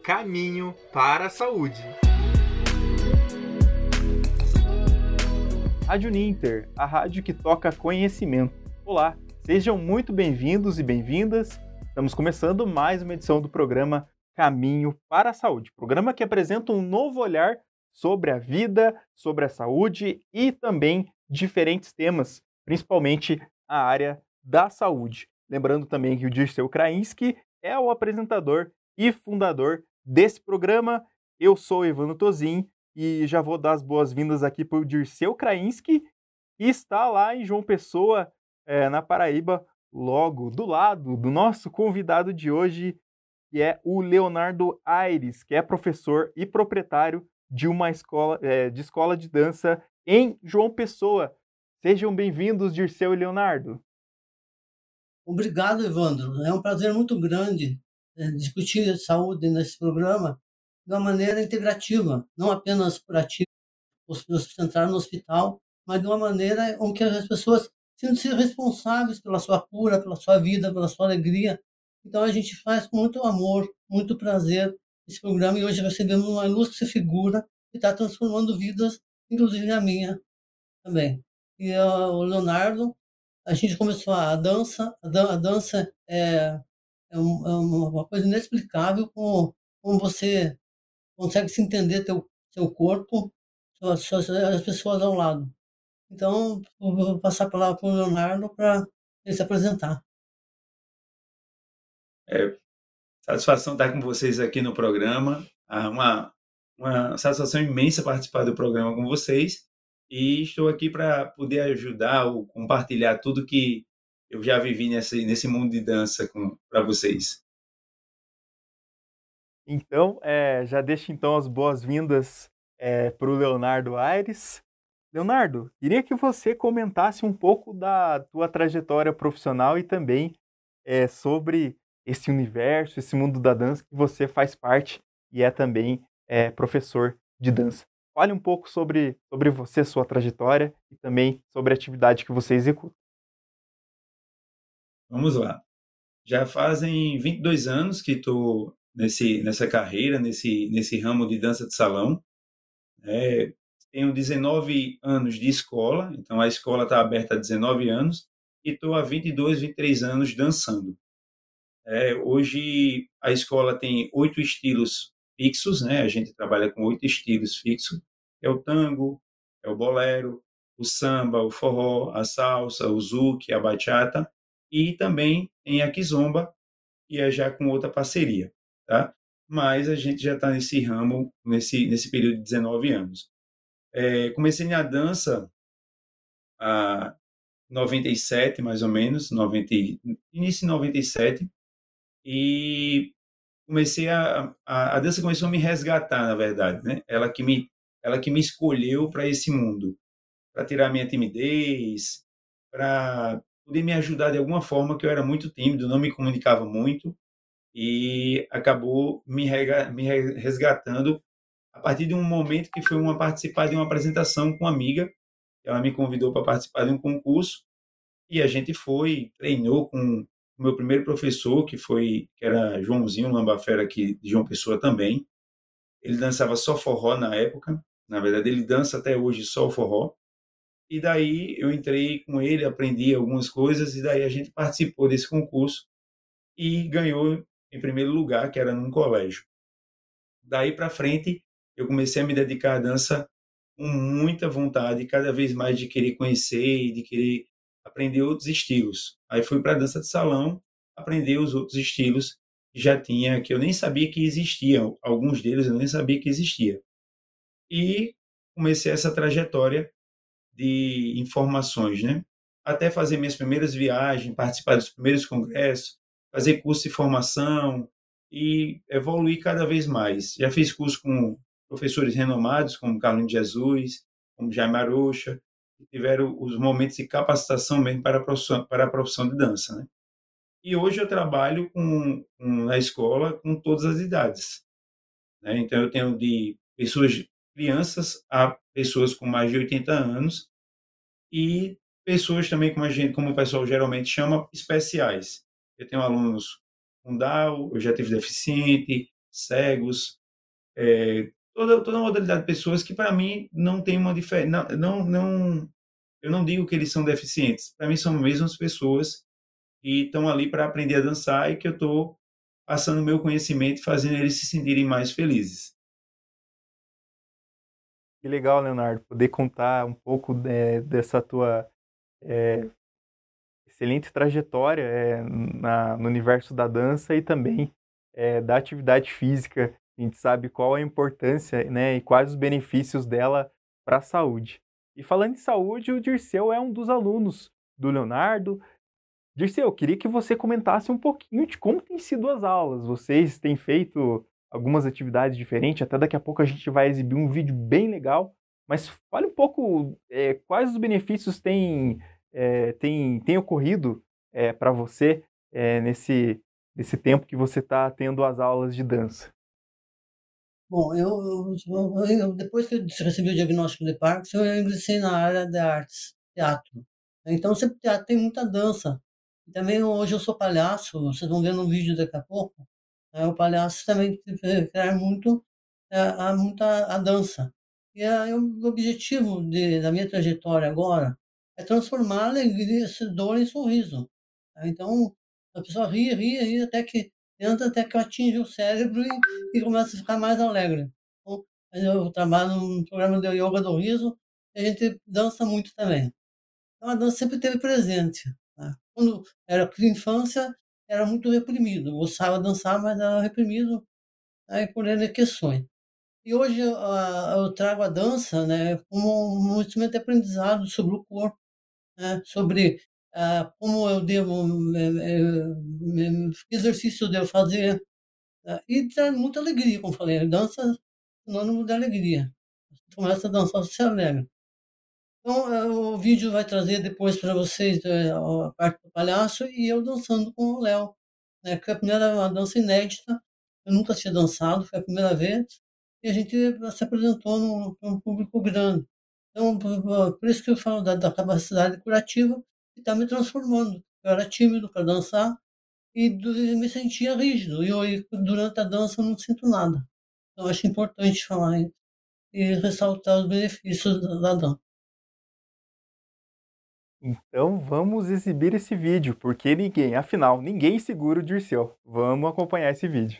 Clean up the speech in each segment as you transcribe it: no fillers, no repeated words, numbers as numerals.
Caminho para a Saúde. Rádio Ninter, a rádio que toca conhecimento. Olá, sejam muito bem-vindos e bem-vindas. Estamos começando mais uma edição do programa Caminho para a Saúde, programa que apresenta um novo olhar sobre a vida, sobre a saúde e também diferentes temas, principalmente a área da saúde. Lembrando também que o Dirceu Krainski é o apresentador e fundador desse programa. Eu sou Ivano Tozin e já vou dar as boas-vindas aqui para o Dirceu Krainski, que está lá em João Pessoa, na Paraíba, logo do lado do nosso convidado de hoje, que é o Leonardo Aires, que é professor e proprietário de uma escola de dança em João Pessoa. Sejam bem-vindos, Dirceu e Leonardo. Obrigado, Evandro. É um prazer muito grande discutir saúde nesse programa de uma maneira integrativa, não apenas curativa, centrar no hospital, mas de uma maneira em que as pessoas sintam-se responsáveis pela sua cura, pela sua vida, pela sua alegria. Então a gente faz com muito amor, muito prazer esse programa, e hoje recebemos uma ilustre figura que está transformando vidas, inclusive a minha também. E o Leonardo, a gente começou a dança. A dança é uma coisa inexplicável, como você consegue se entender seu corpo, as pessoas ao lado. Então, eu vou passar a palavra para o Leonardo para ele se apresentar. Satisfação estar com vocês aqui no programa. Uma satisfação imensa participar do programa com vocês. E estou aqui para poder ajudar ou compartilhar tudo que eu já vivi nesse mundo de dança para vocês. Então, já deixo então as boas-vindas para o Leonardo Aires. Leonardo, queria que você comentasse um pouco da tua trajetória profissional e também sobre esse universo, esse mundo da dança que você faz parte e é também professor de dança. Fale um pouco sobre você, sua trajetória e também sobre a atividade que você executa. Vamos lá. Já fazem 22 anos que estou nessa carreira, nesse ramo de dança de salão. Tenho 19 anos de escola, então a escola está aberta há 19 anos, e estou há 22, 23 anos dançando. Hoje a escola tem 8 estilos fixos, né? A gente trabalha com 8 estilos fixos, é o tango, é o bolero, o samba, o forró, a salsa, o zouk, a bachata, e também tem a kizomba, que é já com outra parceria, tá? Mas a gente já está nesse ramo, nesse período de 19 anos. Comecei na dança a 97, mais ou menos, início de 97, e comecei a dança começou a me resgatar, na verdade, né? Ela que me escolheu para esse mundo, para tirar minha timidez, para poder me ajudar de alguma forma, que eu era muito tímido, não me comunicava muito, e acabou me resgatando a partir de um momento que foi participar de uma apresentação com uma amiga. Ela me convidou para participar de um concurso e a gente treinou com o meu primeiro professor, que era Joãozinho Lambafera, aqui de João Pessoa também. Ele dançava só forró na época, na verdade ele dança até hoje só o forró. E daí eu entrei com ele, aprendi algumas coisas, e daí a gente participou desse concurso e ganhou em primeiro lugar, que era num colégio. Daí para frente, eu comecei a me dedicar à dança com muita vontade, cada vez mais de querer conhecer e de querer aprender outros estilos. Aí fui para a dança de salão, aprender os outros estilos que já tinha, que eu nem sabia que existiam. Alguns deles eu nem sabia que existia. E comecei essa trajetória de informações, né? Até fazer minhas primeiras viagens, participar dos primeiros congressos, fazer curso de formação e evoluir cada vez mais. Já fiz curso com professores renomados, como Carlos de Jesus, como Jaime Arocha, que tiveram os momentos de capacitação mesmo para a profissão de dança, né? E hoje eu trabalho na escola com todas as idades, né? Então eu tenho de crianças a pessoas com mais de 80 anos e pessoas também, como o pessoal geralmente chama, especiais. Eu tenho alunos com Down, eu já tive deficiente, cegos, toda modalidade de pessoas que, para mim, não tem uma diferença. Eu não digo que eles são deficientes. Para mim, são mesmo as pessoas que estão ali para aprender a dançar e que eu estou passando o meu conhecimento e fazendo eles se sentirem mais felizes. Que legal, Leonardo, poder contar um pouco dessa tua excelente trajetória no universo da dança e também da atividade física. A gente sabe qual a importância, né, e quais os benefícios dela para a saúde. E falando em saúde, o Dirceu é um dos alunos do Leonardo. Dirceu, eu queria que você comentasse um pouquinho de como têm sido as aulas. Vocês têm feito algumas atividades diferentes, até daqui a pouco a gente vai exibir um vídeo bem legal, mas fale um pouco quais os benefícios têm ocorrido para você nesse tempo que você está tendo as aulas de dança. Bom, depois que eu recebi o diagnóstico de Parkinson, eu ingressei na área de artes, teatro. Então, sempre teatro tem muita dança. E também hoje eu sou palhaço, vocês vão ver no vídeo daqui a pouco. O palhaço também requer muito a dança. E o objetivo da minha trajetória agora é transformar a alegria, essa dor em sorriso. Então, a pessoa ri, até que atinge o cérebro e começa a ficar mais alegre. Então, eu trabalho num programa de yoga do riso e a gente dança muito também. Então, a dança sempre esteve presente, né? Quando era infância, era muito reprimido. Gostava de dançar, mas era reprimido, aí por N questões. E hoje eu trago a dança, né, como um instrumento de aprendizado sobre o corpo, né, sobre como eu devo, que exercício eu devo fazer, e traz muita alegria, como falei, a dança é sinônimo de alegria. Você começa a dançar, você se alegra. Então, o vídeo vai trazer depois para vocês a parte do palhaço e eu dançando com o Léo, né, que foi a primeira uma dança inédita, eu nunca tinha dançado, foi a primeira vez, e a gente se apresentou num público grande. Então, por isso que eu falo da capacidade curativa, que está me transformando. Eu era tímido para dançar e me sentia rígido, e durante a dança eu não sinto nada. Então, acho importante falar e ressaltar os benefícios da dança. Então vamos exibir esse vídeo, porque afinal, ninguém segura o Dirceu. Vamos acompanhar esse vídeo.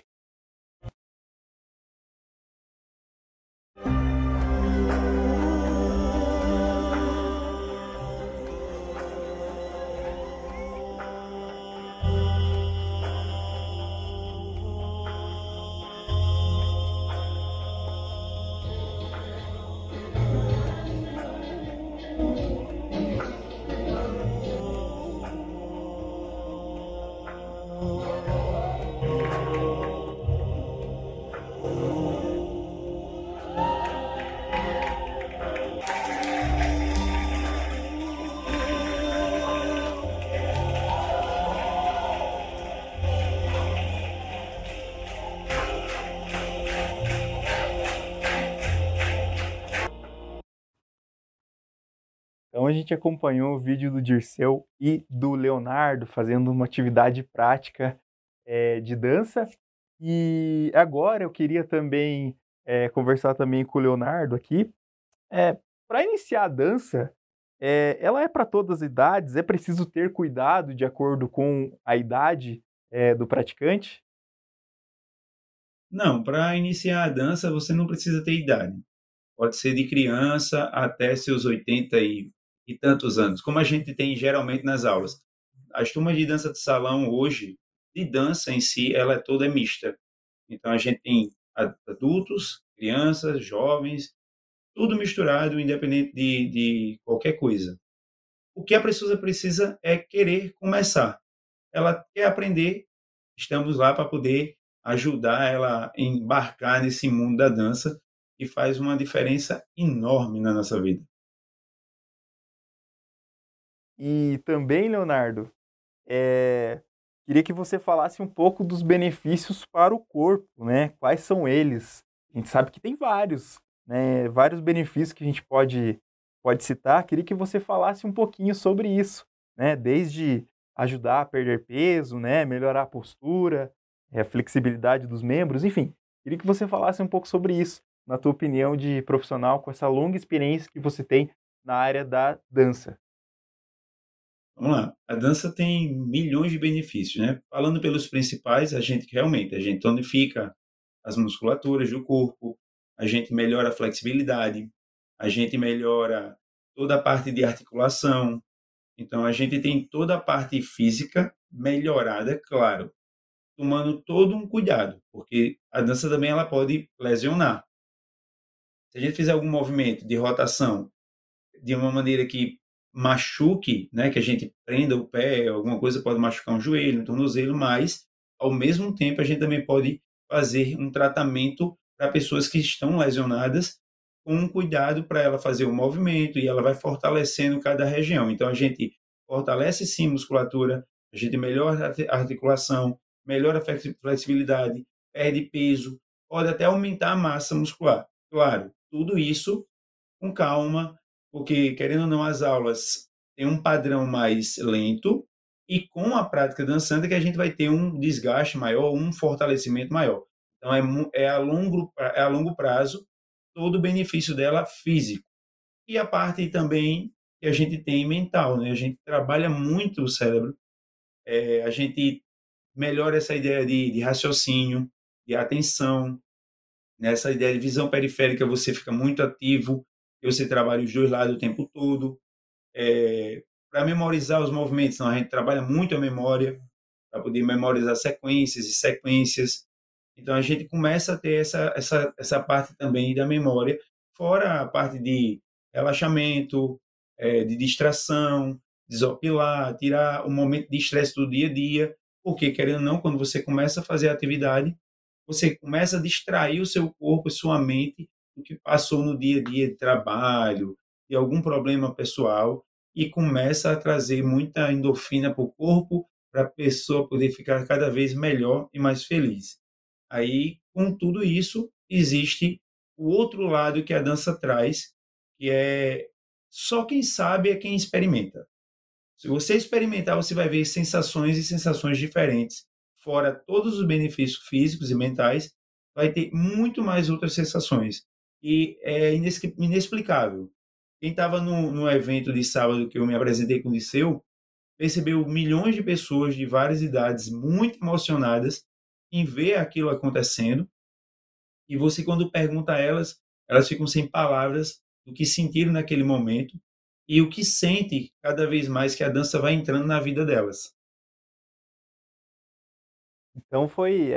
Então a gente acompanhou o vídeo do Dirceu e do Leonardo fazendo uma atividade prática de dança. E agora eu queria também conversar também com o Leonardo aqui. Para iniciar a dança, ela é para todas as idades? É preciso ter cuidado de acordo com a idade do praticante? Não, para iniciar a dança você não precisa ter idade. Pode ser de criança até seus 80 e tantos anos, como a gente tem geralmente nas aulas. As turmas de dança de salão hoje, de dança em si, ela é toda mista. Então a gente tem adultos, crianças, jovens, tudo misturado, independente de qualquer coisa. O que a pessoa precisa é querer começar. Ela quer aprender, estamos lá para poder ajudar ela a embarcar nesse mundo da dança, que faz uma diferença enorme na nossa vida. E também, Leonardo, queria que você falasse um pouco dos benefícios para o corpo, né? Quais são eles? A gente sabe que tem vários, né? Vários benefícios que a gente pode citar. Queria que você falasse um pouquinho sobre isso, né? Desde ajudar a perder peso, né? Melhorar a postura, a flexibilidade dos membros, enfim. Queria que você falasse um pouco sobre isso, na tua opinião de profissional, com essa longa experiência que você tem na área da dança. Vamos lá. A dança tem milhões de benefícios, né? Falando pelos principais, a gente tonifica as musculaturas do corpo, a gente melhora a flexibilidade, a gente melhora toda a parte de articulação. Então, a gente tem toda a parte física melhorada, é claro, tomando todo um cuidado, porque a dança também ela pode lesionar. Se a gente fizer algum movimento de rotação de uma maneira que machuque, né, que a gente prenda o pé, alguma coisa pode machucar um joelho, um tornozelo, mas ao mesmo tempo a gente também pode fazer um tratamento para pessoas que estão lesionadas com um cuidado para ela fazer o movimento e ela vai fortalecendo cada região. Então a gente fortalece sim a musculatura, a gente melhora a articulação, melhora a flexibilidade, perde peso, pode até aumentar a massa muscular. Claro, tudo isso com calma, porque, querendo ou não, as aulas têm um padrão mais lento e com a prática dançante que a gente vai ter um desgaste maior, um fortalecimento maior. Então, é a longo prazo todo o benefício dela físico. E a parte também que a gente tem mental, né? A gente trabalha muito o cérebro, a gente melhora essa ideia de raciocínio, de atenção, nessa ideia de visão periférica você fica muito ativo, e você trabalha os dois lados o tempo todo. Para memorizar os movimentos, não, a gente trabalha muito a memória, para poder memorizar sequências e sequências. Então, a gente começa a ter essa parte também da memória, fora a parte de relaxamento, de distração, desopilar, tirar o momento de estresse do dia a dia, porque, querendo ou não, quando você começa a fazer a atividade, você começa a distrair o seu corpo e sua mente do que passou no dia a dia de trabalho, de algum problema pessoal, e começa a trazer muita endorfina para o corpo, para a pessoa poder ficar cada vez melhor e mais feliz. Aí, com tudo isso, existe o outro lado que a dança traz, que é só quem sabe é quem experimenta. Se você experimentar, você vai ver sensações e sensações diferentes. Fora todos os benefícios físicos e mentais, vai ter muito mais outras sensações. E é inexplicável. Quem estava no evento de sábado que eu me apresentei com o Liceu, percebeu milhões de pessoas de várias idades muito emocionadas em ver aquilo acontecendo. E você, quando pergunta a elas, elas ficam sem palavras do que sentiram naquele momento e o que sente cada vez mais que a dança vai entrando na vida delas. Então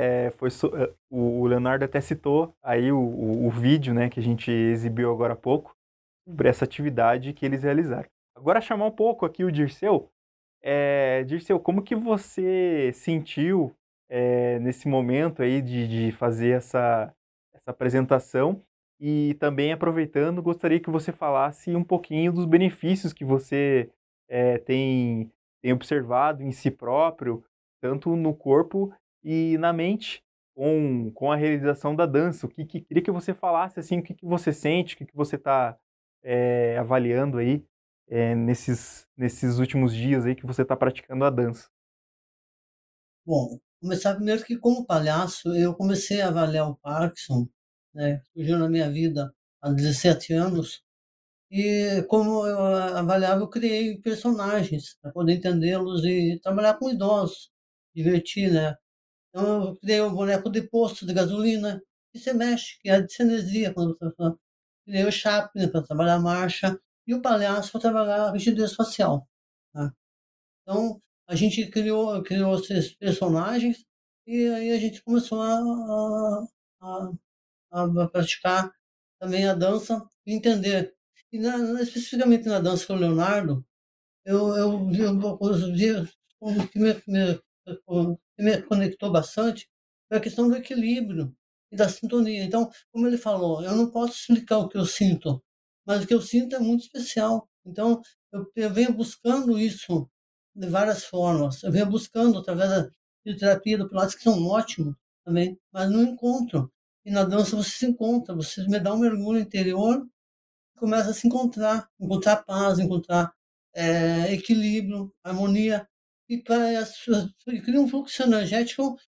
o Leonardo até citou aí o vídeo, né, que a gente exibiu agora há pouco, sobre essa atividade que eles realizaram. Agora chamar um pouco aqui o Dirceu. Dirceu, como que você sentiu nesse momento aí de fazer essa apresentação? E também aproveitando, gostaria que você falasse um pouquinho dos benefícios que você tem observado em si próprio, tanto no corpo e na mente, com a realização da dança. Queria que você falasse assim, o que você sente, o que você está avaliando aí nesses últimos dias aí que você está praticando a dança. Bom, começar primeiro que como palhaço, eu comecei a avaliar o Parkinson, né, surgiu na minha vida há 17 anos, e como eu avaliava, eu criei personagens para poder entendê-los e trabalhar com idosos, divertir, né. Então eu criei um boneco de posto de gasolina, que você mexe, que é de cinesia, quando você fala. Criei o Chaplin para trabalhar a marcha, e o palhaço para trabalhar a rigidez facial, né. Então, a gente criou esses personagens e aí a gente começou a praticar também a dança e entender. E especificamente na dança com o Leonardo, eu vi uma coisa, o que me conectou bastante foi a questão do equilíbrio e da sintonia. Então, como ele falou, eu não posso explicar o que eu sinto, mas o que eu sinto é muito especial. Então, eu venho buscando isso de várias formas. Eu venho buscando através da fisioterapia, do pilates, que são ótimos também, mas não encontro. E na dança você se encontra, você me dá um mergulho interior, começa a se encontrar paz, encontrar equilíbrio, harmonia, e cria um fluxo energético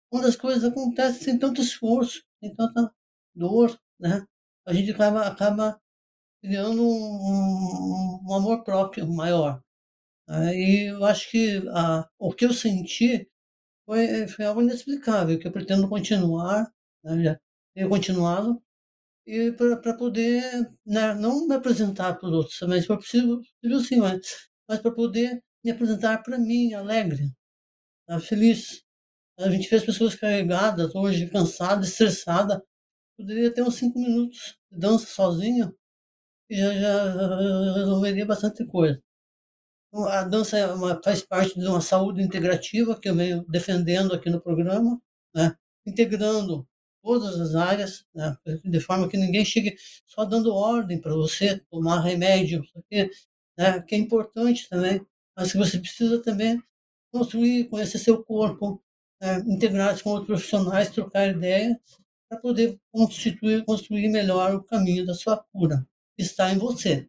quando as coisas acontecem sem tanto esforço, sem tanta dor, né? A gente acaba criando um amor próprio maior. Aí eu acho que o que eu senti foi algo inexplicável, que eu pretendo continuar, né, já tenho continuado, e para poder, né, não me apresentar para os outros, mas se for possível sim, mas para poder me apresentar para mim, alegre, feliz. A gente vê as pessoas carregadas hoje, cansadas, estressadas, poderia ter uns 5 minutos de dança sozinho e já resolveria bastante coisa. Então, a dança faz parte de uma saúde integrativa que eu venho defendendo aqui no programa, né? Integrando todas as áreas, né? De forma que ninguém chegue só dando ordem para você tomar remédio, porque, né? Que é importante também, mas que você precisa também construir, conhecer seu corpo, integrar-se com outros profissionais, trocar ideias, para poder construir melhor o caminho da sua cura. Está em você.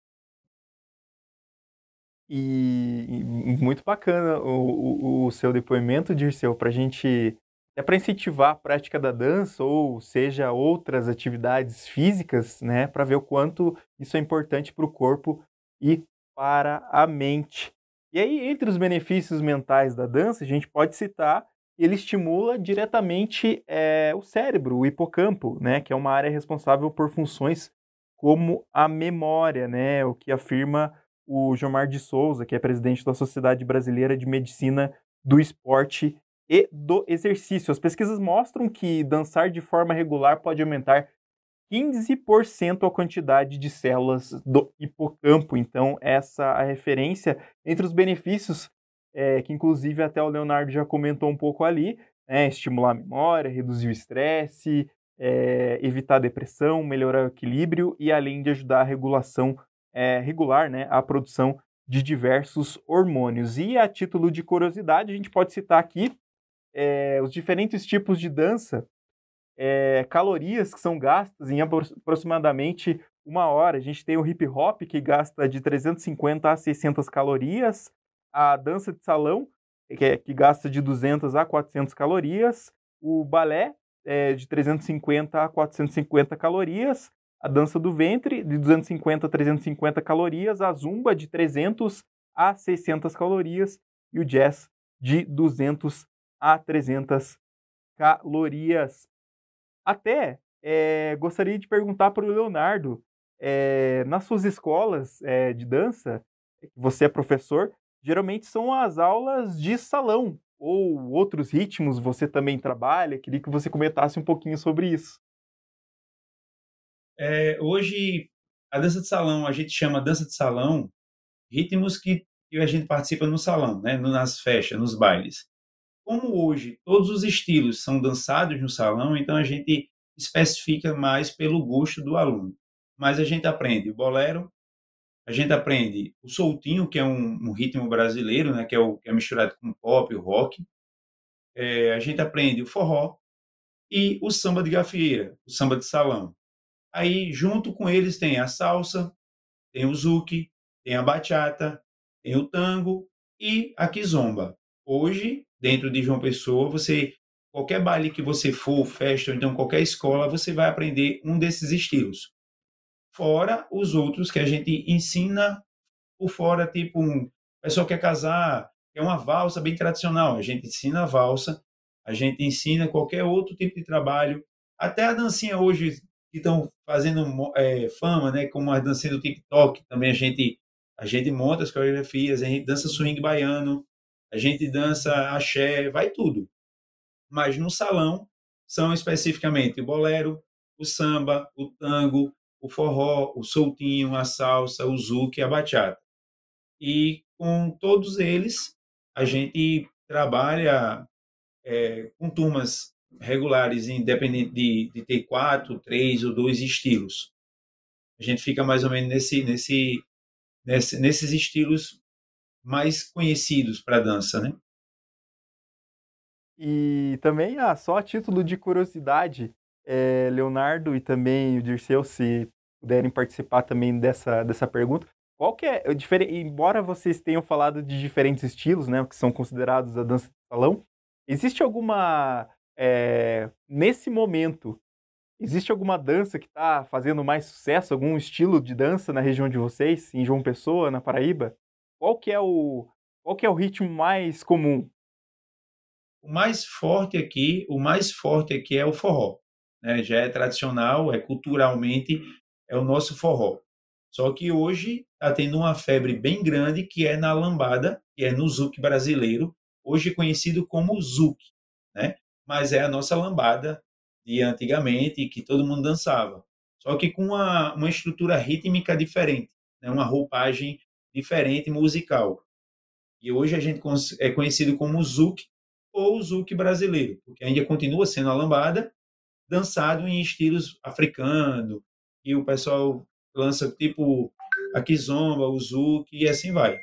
E muito bacana o seu depoimento, Dirceu, para a gente, é para incentivar a prática da dança ou seja outras atividades físicas, né, para ver o quanto isso é importante para o corpo e para a mente. E aí, entre os benefícios mentais da dança, a gente pode citar que ele estimula diretamente o cérebro, o hipocampo, né, que é uma área responsável por funções como a memória, né, o que afirma o Gilmar de Souza, que é presidente da Sociedade Brasileira de Medicina do Esporte e do Exercício. As pesquisas mostram que dançar de forma regular pode aumentar 15% a quantidade de células do hipocampo. Então, essa é a referência entre os benefícios, que inclusive até o Leonardo já comentou um pouco ali, né, estimular a memória, reduzir o estresse, evitar a depressão, melhorar o equilíbrio e além de ajudar a regulação regular, né, a produção de diversos hormônios. E a título de curiosidade, a gente pode citar aqui os diferentes tipos de dança, calorias que são gastas em aproximadamente 1 hora. A gente tem o hip hop, que gasta de 350 a 600 calorias, a dança de salão, que gasta de 200 a 400 calorias, o balé, de 350 a 450 calorias, a dança do ventre, de 250 a 350 calorias, a zumba, de 300 a 600 calorias, e o jazz, de 200 a 300 calorias. Até gostaria de perguntar para o Leonardo, nas suas escolas de dança, você é professor, geralmente são as aulas de salão, ou outros ritmos você também trabalha? Queria que você comentasse um pouquinho sobre isso. Hoje, a dança de salão, a gente chama dança de salão ritmos que a gente participa no salão, né, nas festas, nos bailes. Como hoje todos os estilos são dançados no salão, então a gente especifica mais pelo gosto do aluno. Mas a gente aprende o bolero, a gente aprende o soltinho, que é um ritmo brasileiro, né, que é misturado com pop, o rock. A gente aprende o forró e o samba de gafieira, o samba de salão. Aí, junto com eles, tem a salsa, tem o zouk, tem a bachata, tem o tango e a kizomba. Hoje, dentro de João Pessoa, qualquer baile que você for, festa, ou então qualquer escola, você vai aprender um desses estilos. Fora os outros que a gente ensina por fora, tipo, o pessoal quer casar, é uma valsa bem tradicional, a gente ensina a valsa, a gente ensina qualquer outro tipo de trabalho, até a dancinha hoje que estão fazendo fama, né, como a dancinha do TikTok, também a gente monta as coreografias, a gente dança swing baiano, a gente dança axé, vai tudo. Mas no salão são especificamente o bolero, o samba, o tango, o forró, o soltinho, a salsa, o zouk e a bachata. E com todos eles, a gente trabalha com turmas regulares, independente de ter 4, 3 ou 2 estilos. A gente fica mais ou menos nesses estilos mais conhecidos para a dança, né? E também, só a título de curiosidade, Leonardo e também o Dirceu, se puderem participar também dessa pergunta, qual que é, embora vocês tenham falado de diferentes estilos, né, que são considerados a dança de salão, Existe alguma, nesse momento, existe alguma dança que está fazendo mais sucesso, algum estilo de dança na região de vocês, em João Pessoa, na Paraíba? Qual que é o qual que é o ritmo mais comum? O mais forte aqui é o forró, né? Já é tradicional, é culturalmente é o nosso forró. Só que hoje está tendo uma febre bem grande que é na lambada, que é no zouk brasileiro, hoje conhecido como zouk, né? Mas é a nossa lambada de antigamente que todo mundo dançava. Só que com uma estrutura rítmica diferente, né? Uma roupagem diferente musical. E hoje a gente é conhecido como zouk ou zouk brasileiro, porque ainda continua sendo a lambada, dançado em estilos africano, e o pessoal lança tipo a kizomba, o zouk e assim vai.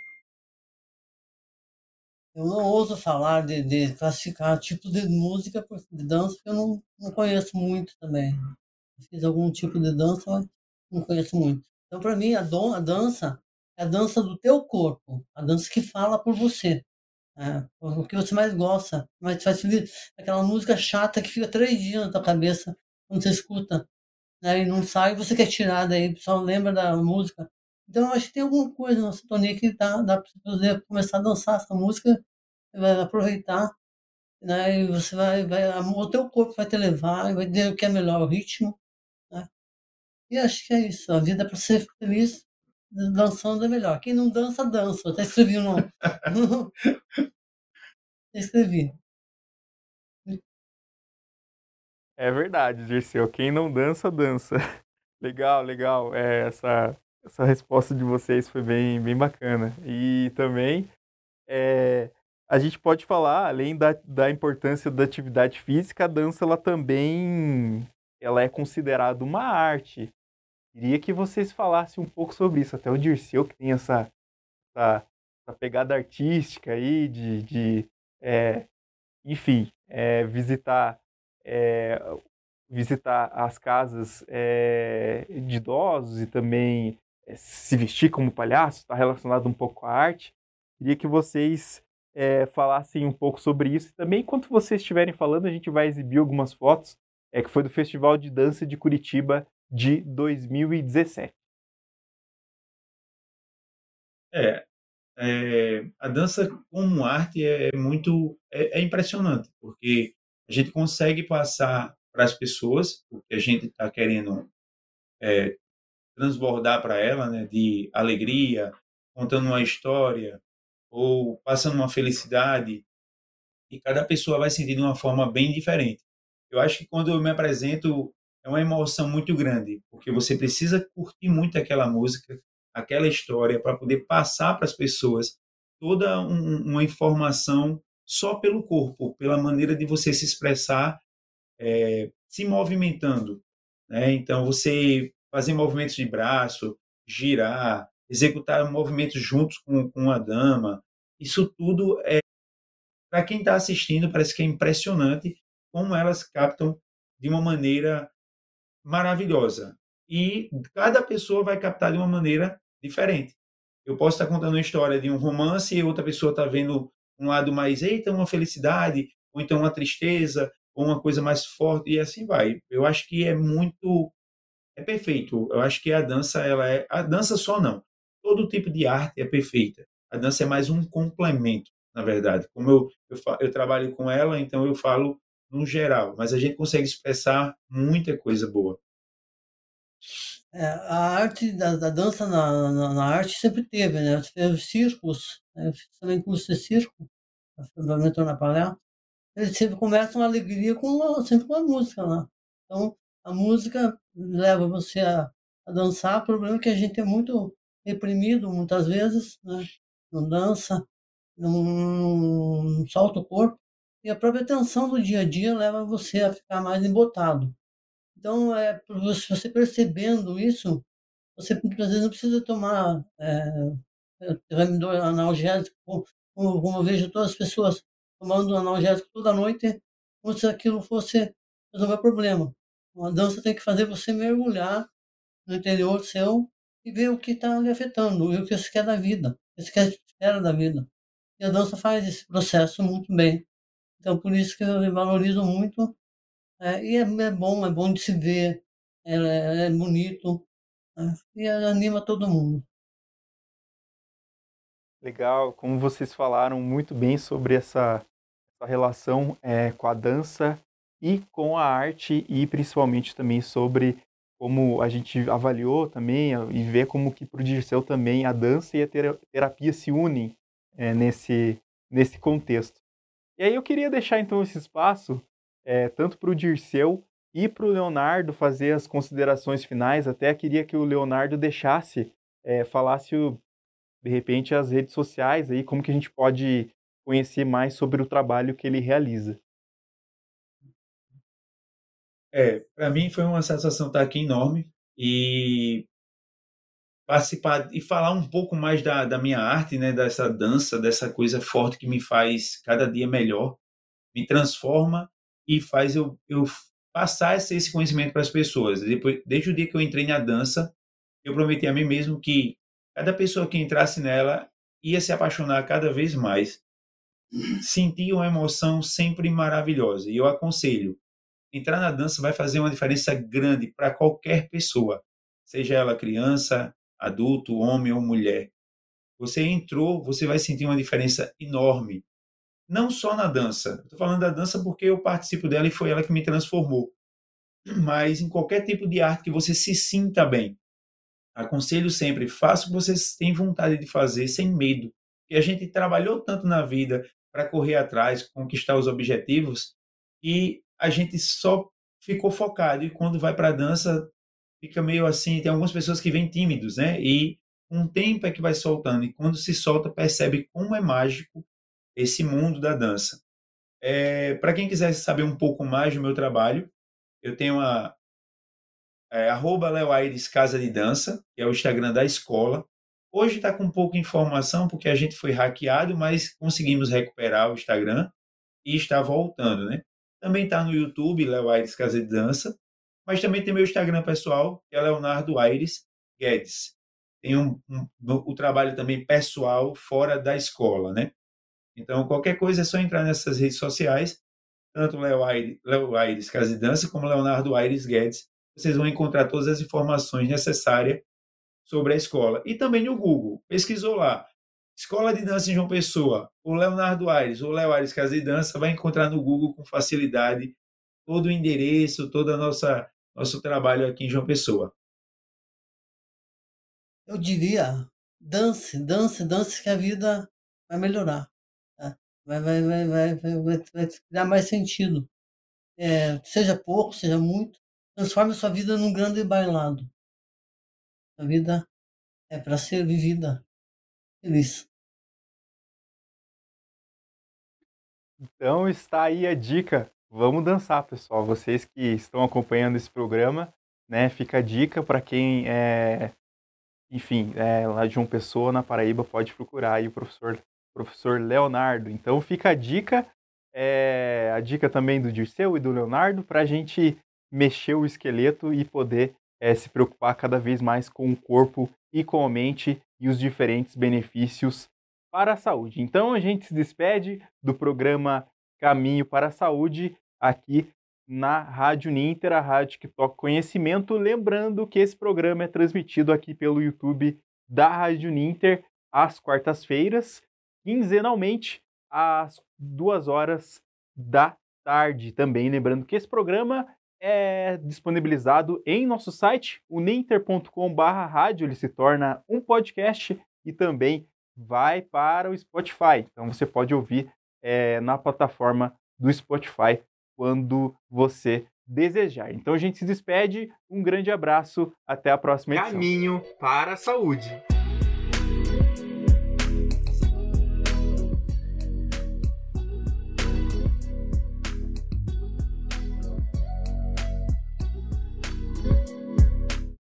Eu não ouso falar de classificar tipo de música, de dança, porque eu não conheço muito também. Fiz algum tipo de dança, mas não conheço muito. Então, para mim, a dança é a dança do teu corpo, a dança que fala por você. O que você mais gosta, mas te faz feliz. Aquela música chata que fica 3 dias na tua cabeça quando você escuta, né? E não sai, você quer tirar daí, só lembra da música. Então, eu acho que tem alguma coisa na sintonia que dá para você começar a dançar essa música, você vai aproveitar, né? E você o teu corpo vai te levar, vai dizer o que é melhor, o ritmo, né? E acho que é isso. A vida é para ser feliz, dançando é melhor. Quem não dança, dança. Eu até escrevi no escrevi. É verdade, Dirceu, quem não dança, dança. Legal, legal. Essa resposta de vocês foi bem bacana. E também é, a gente pode falar, além da importância da atividade física, a dança ela também ela é considerada uma arte. Queria que vocês falassem um pouco sobre isso. Até o Dirceu, que tem essa pegada artística aí é, enfim, é, visitar as casas de idosos e também se vestir como palhaço, está relacionado um pouco com a arte. Queria que vocês falassem um pouco sobre isso. E também, enquanto vocês estiverem falando, a gente vai exibir algumas fotos que foi do Festival de Dança de Curitiba de 2017. É, a dança como arte é impressionante, porque a gente consegue passar para as pessoas o que a gente está querendo transbordar para ela, né, de alegria, contando uma história ou passando uma felicidade, e cada pessoa vai sentir de uma forma bem diferente. Eu acho que quando eu me apresento é uma emoção muito grande, porque você precisa curtir muito aquela música, aquela história para poder passar para as pessoas toda uma informação só pelo corpo, pela maneira de você se expressar, se movimentando, né? Então você fazer movimentos de braço, girar, executar movimentos juntos com a dama, isso tudo para quem está assistindo, parece que é impressionante como elas captam de uma maneira maravilhosa. E cada pessoa vai captar de uma maneira diferente. Eu posso estar contando uma história de um romance e outra pessoa está vendo um lado mais, eita, uma felicidade, ou então uma tristeza, ou uma coisa mais forte, e assim vai. Eu acho que é perfeito. Eu acho que a dança, a dança só não. Todo tipo de arte é perfeita. A dança é mais um complemento, na verdade. Como eu trabalho com ela, então eu falo no geral, mas a gente consegue expressar muita coisa boa. A arte da dança na arte sempre teve, né? Você teve circos, né? Eu fiz também curso de circo, fundamental na Palhaço. Eles sempre começam a alegria sempre com a música lá. Então, a música leva você a dançar. O problema é que a gente é muito reprimido muitas vezes, né? Não dança, não solta o corpo. E a própria tensão do dia a dia leva você a ficar mais embotado. Então, se você percebendo isso, você às vezes não precisa tomar analgésico, como eu vejo todas as pessoas tomando analgésico toda noite, como se aquilo fosse resolver o problema. A dança tem que fazer você mergulhar no interior seu e ver o que está lhe afetando, e o que você quer da vida, o que você espera da vida. E a dança faz esse processo muito bem. Então, por isso que eu valorizo muito. E é bom de se ver, é bonito, né? E anima todo mundo. Legal, como vocês falaram muito bem sobre essa relação com a dança e com a arte, e principalmente também sobre como a gente avaliou também e vê como que para o Dirceu também a dança e a terapia se unem nesse contexto. E aí eu queria deixar então esse espaço tanto para o Dirceu e para o Leonardo fazer as considerações finais. Até queria que o Leonardo falasse de repente as redes sociais aí, como que a gente pode conhecer mais sobre o trabalho que ele realiza. Para mim foi uma satisfação estar aqui enorme e participar e falar um pouco mais da minha arte, né, dessa dança, dessa coisa forte que me faz cada dia melhor, me transforma e faz eu passar esse conhecimento para as pessoas. Desde o dia que eu entrei na dança, eu prometi a mim mesmo que cada pessoa que entrasse nela ia se apaixonar cada vez mais, sentir uma emoção sempre maravilhosa. E eu aconselho, entrar na dança vai fazer uma diferença grande para qualquer pessoa, seja ela criança, adulto, homem ou mulher. Você entrou, você vai sentir uma diferença enorme. Não só na dança. Estou falando da dança porque eu participo dela e foi ela que me transformou. Mas em qualquer tipo de arte que você se sinta bem. Aconselho sempre, faça o que você tem vontade de fazer, sem medo. Porque a gente trabalhou tanto na vida para correr atrás, conquistar os objetivos, e a gente só ficou focado. E quando vai para a dança, fica meio assim. Tem algumas pessoas que vêm tímidos, né? E um tempo é que vai soltando. E quando se solta, percebe como é mágico esse mundo da dança. Para quem quiser saber um pouco mais do meu trabalho, eu tenho @leoaires Casa de Dança, que é o Instagram da escola. Hoje está com pouca informação, porque a gente foi hackeado, mas conseguimos recuperar o Instagram e está voltando, né? Também está no YouTube, Leo Aires Casa de Dança, mas também tem meu Instagram pessoal, que é Leonardo Aires Guedes. Tem o trabalho também pessoal fora da escola, né? Então, qualquer coisa é só entrar nessas redes sociais, tanto Leo Aires Casa de Dança como Leonardo Aires Guedes. Vocês vão encontrar todas as informações necessárias sobre a escola. E também no Google. Pesquisou lá, Escola de Dança em João Pessoa, ou Leonardo Aires, ou Leo Aires Casa de Dança, vai encontrar no Google com facilidade todo o endereço, todo nosso trabalho aqui em João Pessoa. Eu diria, dance que a vida vai melhorar. Tá? Vai dar mais sentido. Seja pouco, seja muito, transforme a sua vida num grande bailado. A vida é para ser vivida feliz. Então está aí a dica. Vamos dançar, pessoal. Vocês que estão acompanhando esse programa, né? Fica a dica para quem lá de João Pessoa, na Paraíba, pode procurar aí o professor Leonardo. Então fica a dica também do Dirceu e do Leonardo para a gente mexer o esqueleto e poder se preocupar cada vez mais com o corpo e com a mente e os diferentes benefícios para a saúde. Então a gente se despede do programa Caminho para a Saúde aqui na Rádio Ninter, a rádio que toca conhecimento. Lembrando que esse programa é transmitido aqui pelo YouTube da Rádio Ninter às quartas-feiras, quinzenalmente, às 14h. Também lembrando que esse programa é disponibilizado em nosso site, o ninter.com/rádio. Ele se torna um podcast e também vai para o Spotify. Então você pode ouvir na plataforma do Spotify quando você desejar. Então a gente se despede, um grande abraço, até a próxima edição. Caminho para a Saúde.